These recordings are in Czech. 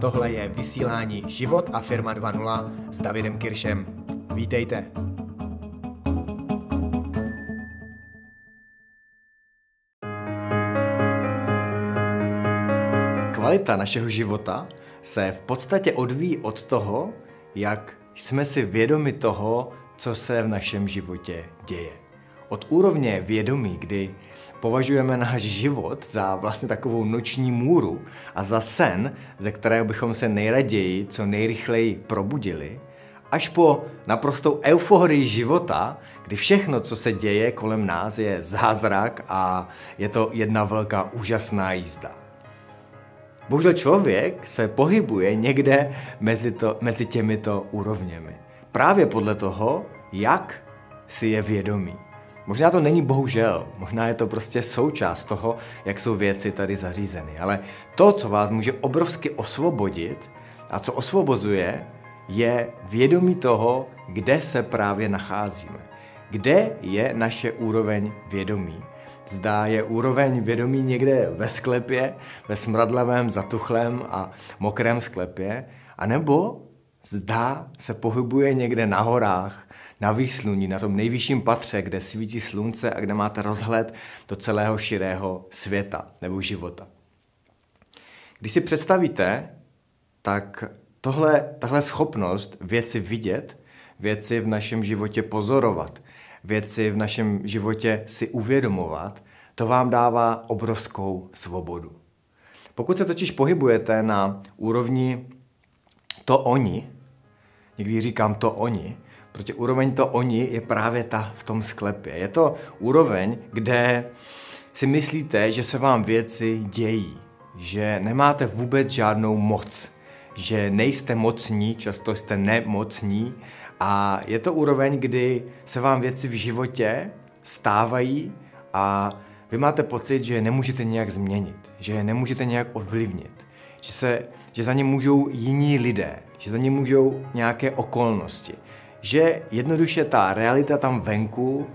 tohle je vysílání Život a firma 2.0 s Davidem Kiršem. Vítejte. Kvalita našeho života se v podstatě odvíjí od toho, jak jsme si vědomi toho, co se v našem životě děje. Od úrovně vědomí, kdy považujeme náš život za vlastně takovou noční můru a za sen, ze kterého bychom se nejraději co nejrychleji probudili, až po naprostou euforii života, kdy všechno, co se děje kolem nás, je zázrak a je to jedna velká úžasná jízda. Bohužel člověk se pohybuje někde mezi těmito úrovněmi. Právě podle toho, jak si je vědomý. Možná to není bohužel, možná je to prostě součást toho, jak jsou věci tady zařízeny. Ale to, co vás může obrovsky osvobodit a co osvobozuje, je vědomí toho, kde se právě nacházíme. Kde je naše úroveň vědomí. Zda je úroveň vědomí někde ve sklepě, ve smradlavém, zatuchlém a mokrém sklepě, anebo zda se pohybuje někde na horách, na výsluní, na tom nejvyšším patře, kde svítí slunce a kde máte rozhled do celého širého světa nebo života. Když si představíte, tak tahle schopnost věci vidět, věci v našem životě pozorovat, věci v našem životě si uvědomovat, to vám dává obrovskou svobodu. Pokud se totiž pohybujete na úrovni to oni, někdy říkám to oni, protože úroveň to oni je právě ta v tom sklepě. Je to úroveň, kde si myslíte, že se vám věci dějí, že nemáte vůbec žádnou moc, že nejste mocní, často jste nemocní a je to úroveň, kdy se vám věci v životě stávají a vy máte pocit, že je nemůžete nějak změnit, že je nemůžete nějak ovlivnit, že za ně můžou jiní lidé, že za ně můžou nějaké okolnosti, že jednoduše ta realita tam venku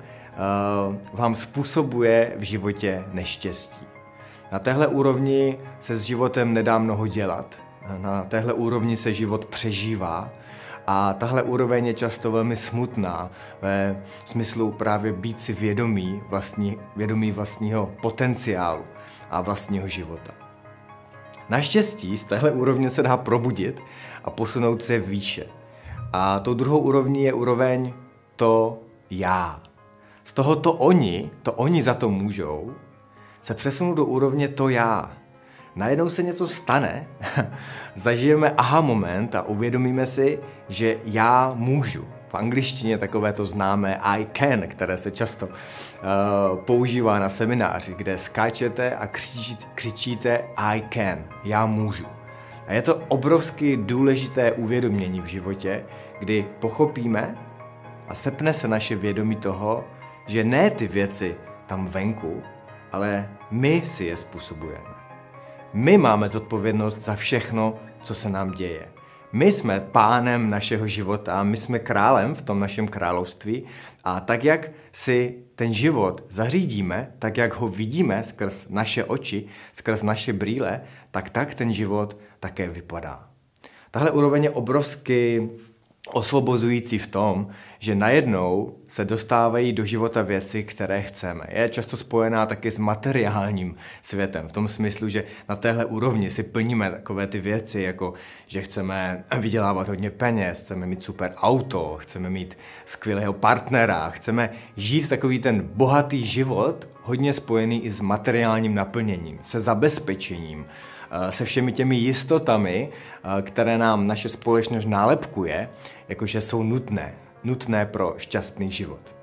vám způsobuje v životě neštěstí. Na téhle úrovni se s životem nedá mnoho dělat, na téhle úrovni se život přežívá a tahle úroveň je často velmi smutná ve smyslu právě být si vědomí vlastního potenciálu a vlastního života. Naštěstí z téhle úrovně se dá probudit a posunout se výše. A tou druhou úrovní je úroveň to já. Z toho to oni za to můžou, se přesunu do úrovně to já. Najednou se něco stane, zažijeme aha moment a uvědomíme si, že já můžu. V angličtině takové to známé I can, které se často používá na semináři, kde skáčete a křičíte I can, já můžu. A je to obrovsky důležité uvědomění v životě, kdy pochopíme a sepne se naše vědomí toho, že ne ty věci tam venku, ale my si je způsobujeme. My máme zodpovědnost za všechno, co se nám děje. My jsme pánem našeho života, my jsme králem v tom našem království a tak, jak si ten život zařídíme, tak, jak ho vidíme skrz naše oči, skrz naše brýle, tak ten život také vypadá. Tahle úroveň je obrovsky osvobozující v tom, že najednou se dostávají do života věci, které chceme. Je často spojená taky s materiálním světem, v tom smyslu, že na téhle úrovni si plníme takové ty věci, jako že chceme vydělávat hodně peněz, chceme mít super auto, chceme mít skvělého partnera, chceme žít takový ten bohatý život, hodně spojený i s materiálním naplněním, se zabezpečením, se všemi těmi jistotami, které nám naše společnost nálepkuje, jakože jsou nutné pro šťastný život.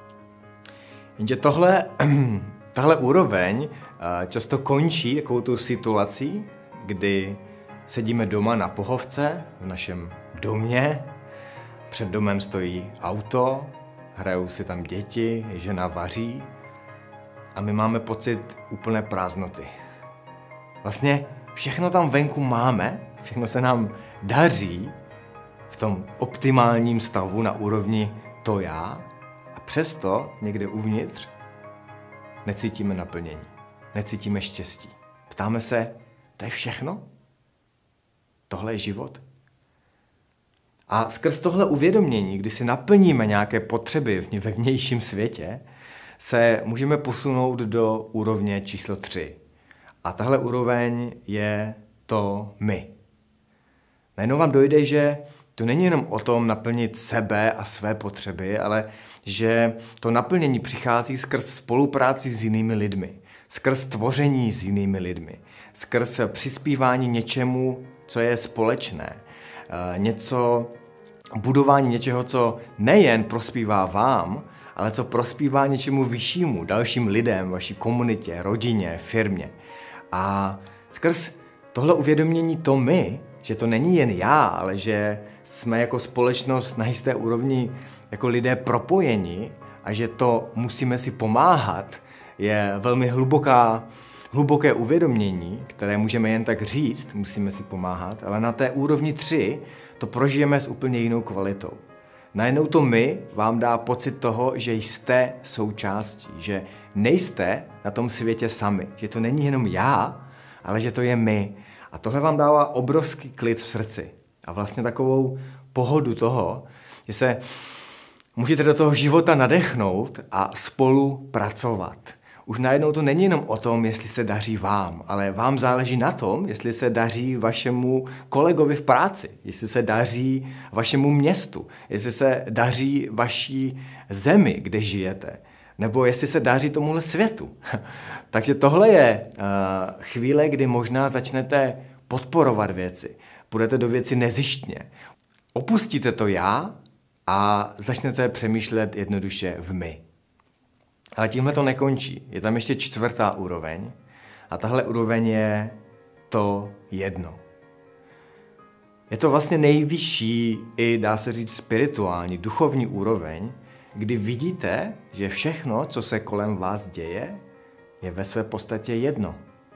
Jenže tahle úroveň často končí takovou tu situací, kdy sedíme doma na pohovce v našem domě, před domem stojí auto, hrajou si tam děti, žena vaří a my máme pocit úplné prázdnoty. Vlastně všechno tam venku máme, všechno se nám daří v tom optimálním stavu na úrovni to já a přesto někde uvnitř necítíme naplnění, necítíme štěstí. Ptáme se, to je všechno? tohle je život. A skrz tohle uvědomění, kdy si naplníme nějaké potřeby ve vnějším světě, se můžeme posunout do úrovně číslo 3. A tahle úroveň je to my. Najednou vám dojde, že to není jenom o tom naplnit sebe a své potřeby, ale že to naplnění přichází skrz spolupráci s jinými lidmi, skrz tvoření s jinými lidmi, skrz přispívání něčemu, co je společné, budování něčeho, co nejen prospívá vám, ale co prospívá něčemu vyššímu, dalším lidem, vaší komunitě, rodině, firmě. A skrz tohle uvědomění to my, že to není jen já, ale že jsme jako společnost na jisté úrovni jako lidé propojeni a že to musíme si pomáhat, je velmi hluboké uvědomění, které můžeme jen tak říct, musíme si pomáhat, ale na té úrovni 3 to prožijeme s úplně jinou kvalitou. Najednou to my vám dá pocit toho, že jste součástí, že nejste na tom světě sami, že to není jenom já, ale že to je my. A tohle vám dává obrovský klid v srdci a vlastně takovou pohodu toho, že se můžete do toho života nadechnout a spolu pracovat. Už najednou to není jenom o tom, jestli se daří vám, ale vám záleží na tom, jestli se daří vašemu kolegovi v práci, jestli se daří vašemu městu, jestli se daří vaší zemi, kde žijete, nebo jestli se daří tomuhle světu. Takže tohle je chvíle, kdy možná začnete podporovat věci, půjdete do věci nezištně, opustíte to já a začnete přemýšlet jednoduše v my. Ale tímhle to nekončí. Je tam ještě 4. úroveň a tahle úroveň je to jedno. Je to vlastně nejvyšší i, dá se říct, spirituální, duchovní úroveň, kdy vidíte, že všechno, co se kolem vás děje, je ve své podstatě jedno.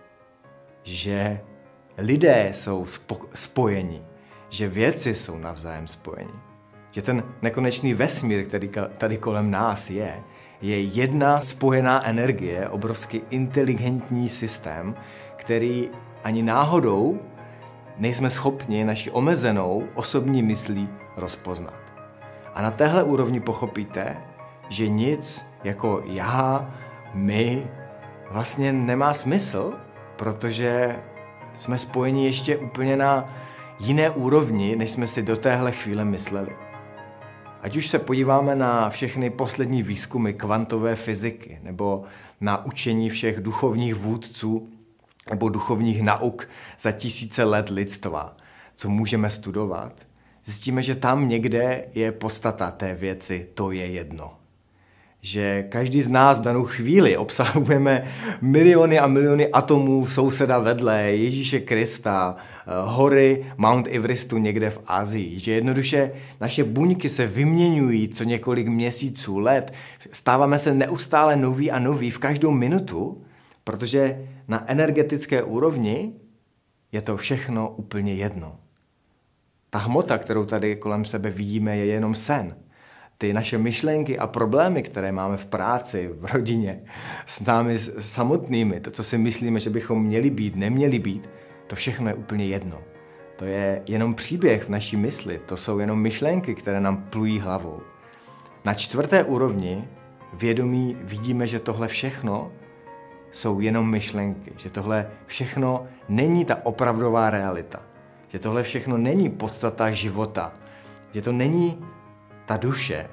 Že lidé jsou spojeni, že věci jsou navzájem spojeni. Že ten nekonečný vesmír, který tady kolem nás je jedna spojená energie, obrovský inteligentní systém, který ani náhodou nejsme schopni naši omezenou osobní myslí rozpoznat. A na téhle úrovni pochopíte, že nic jako já, my vlastně nemá smysl, protože jsme spojeni ještě úplně na jiné úrovni, než jsme si do téhle chvíle mysleli. Ať už se podíváme na všechny poslední výzkumy kvantové fyziky nebo na učení všech duchovních vůdců nebo duchovních nauk za tisíce let lidstva, co můžeme studovat, zjistíme, že tam někde je podstata té věci, to je jedno. Že každý z nás v danou chvíli obsahujeme miliony a miliony atomů souseda vedle, Ježíše Krista, hory Mount Everestu někde v Asii. Že jednoduše naše buňky se vyměňují co několik měsíců, let. Stáváme se neustále noví a noví v každou minutu, protože na energetické úrovni je to všechno úplně jedno. Ta hmota, kterou tady kolem sebe vidíme, je jenom sen. Ty naše myšlenky a problémy, které máme v práci, v rodině, s námi samotnými, to, co si myslíme, že bychom měli být, neměli být, to všechno je úplně jedno. To je jenom příběh v naší mysli, to jsou jenom myšlenky, které nám plují hlavou. Na 4. úrovni vědomí vidíme, že tohle všechno jsou jenom myšlenky, že tohle všechno není ta opravdová realita, že tohle všechno není podstata života, že to není ta duše,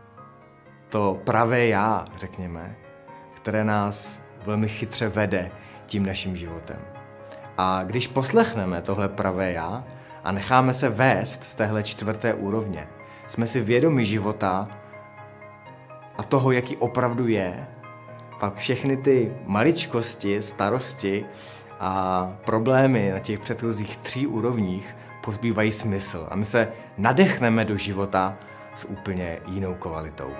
to pravé já, řekněme, které nás velmi chytře vede tím naším životem. A když poslechneme tohle pravé já a necháme se vést z téhle 4. úrovně, jsme si vědomi života a toho, jaký opravdu je, pak všechny ty maličkosti, starosti a problémy na těch předchozích 3 úrovních pozbývají smysl a my se nadechneme do života s úplně jinou kvalitou.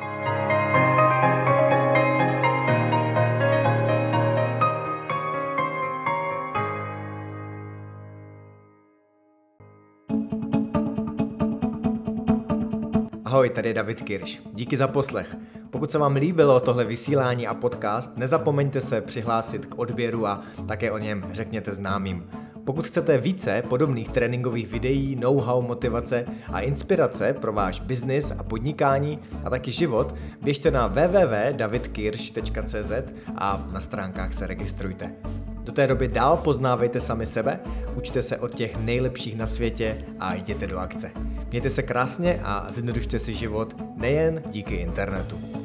Ahoj, tady je David Kirš. Díky za poslech. Pokud se vám líbilo tohle vysílání a podcast, nezapomeňte se přihlásit k odběru a také o něm řekněte známým. Pokud chcete více podobných tréninkových videí, know-how, motivace a inspirace pro váš biznis a podnikání a taky život, běžte na www.davidkirsch.cz a na stránkách se registrujte. Do té doby dál poznávejte sami sebe, učte se od těch nejlepších na světě a jděte do akce. Mějte se krásně a zjednodušte si život nejen díky internetu.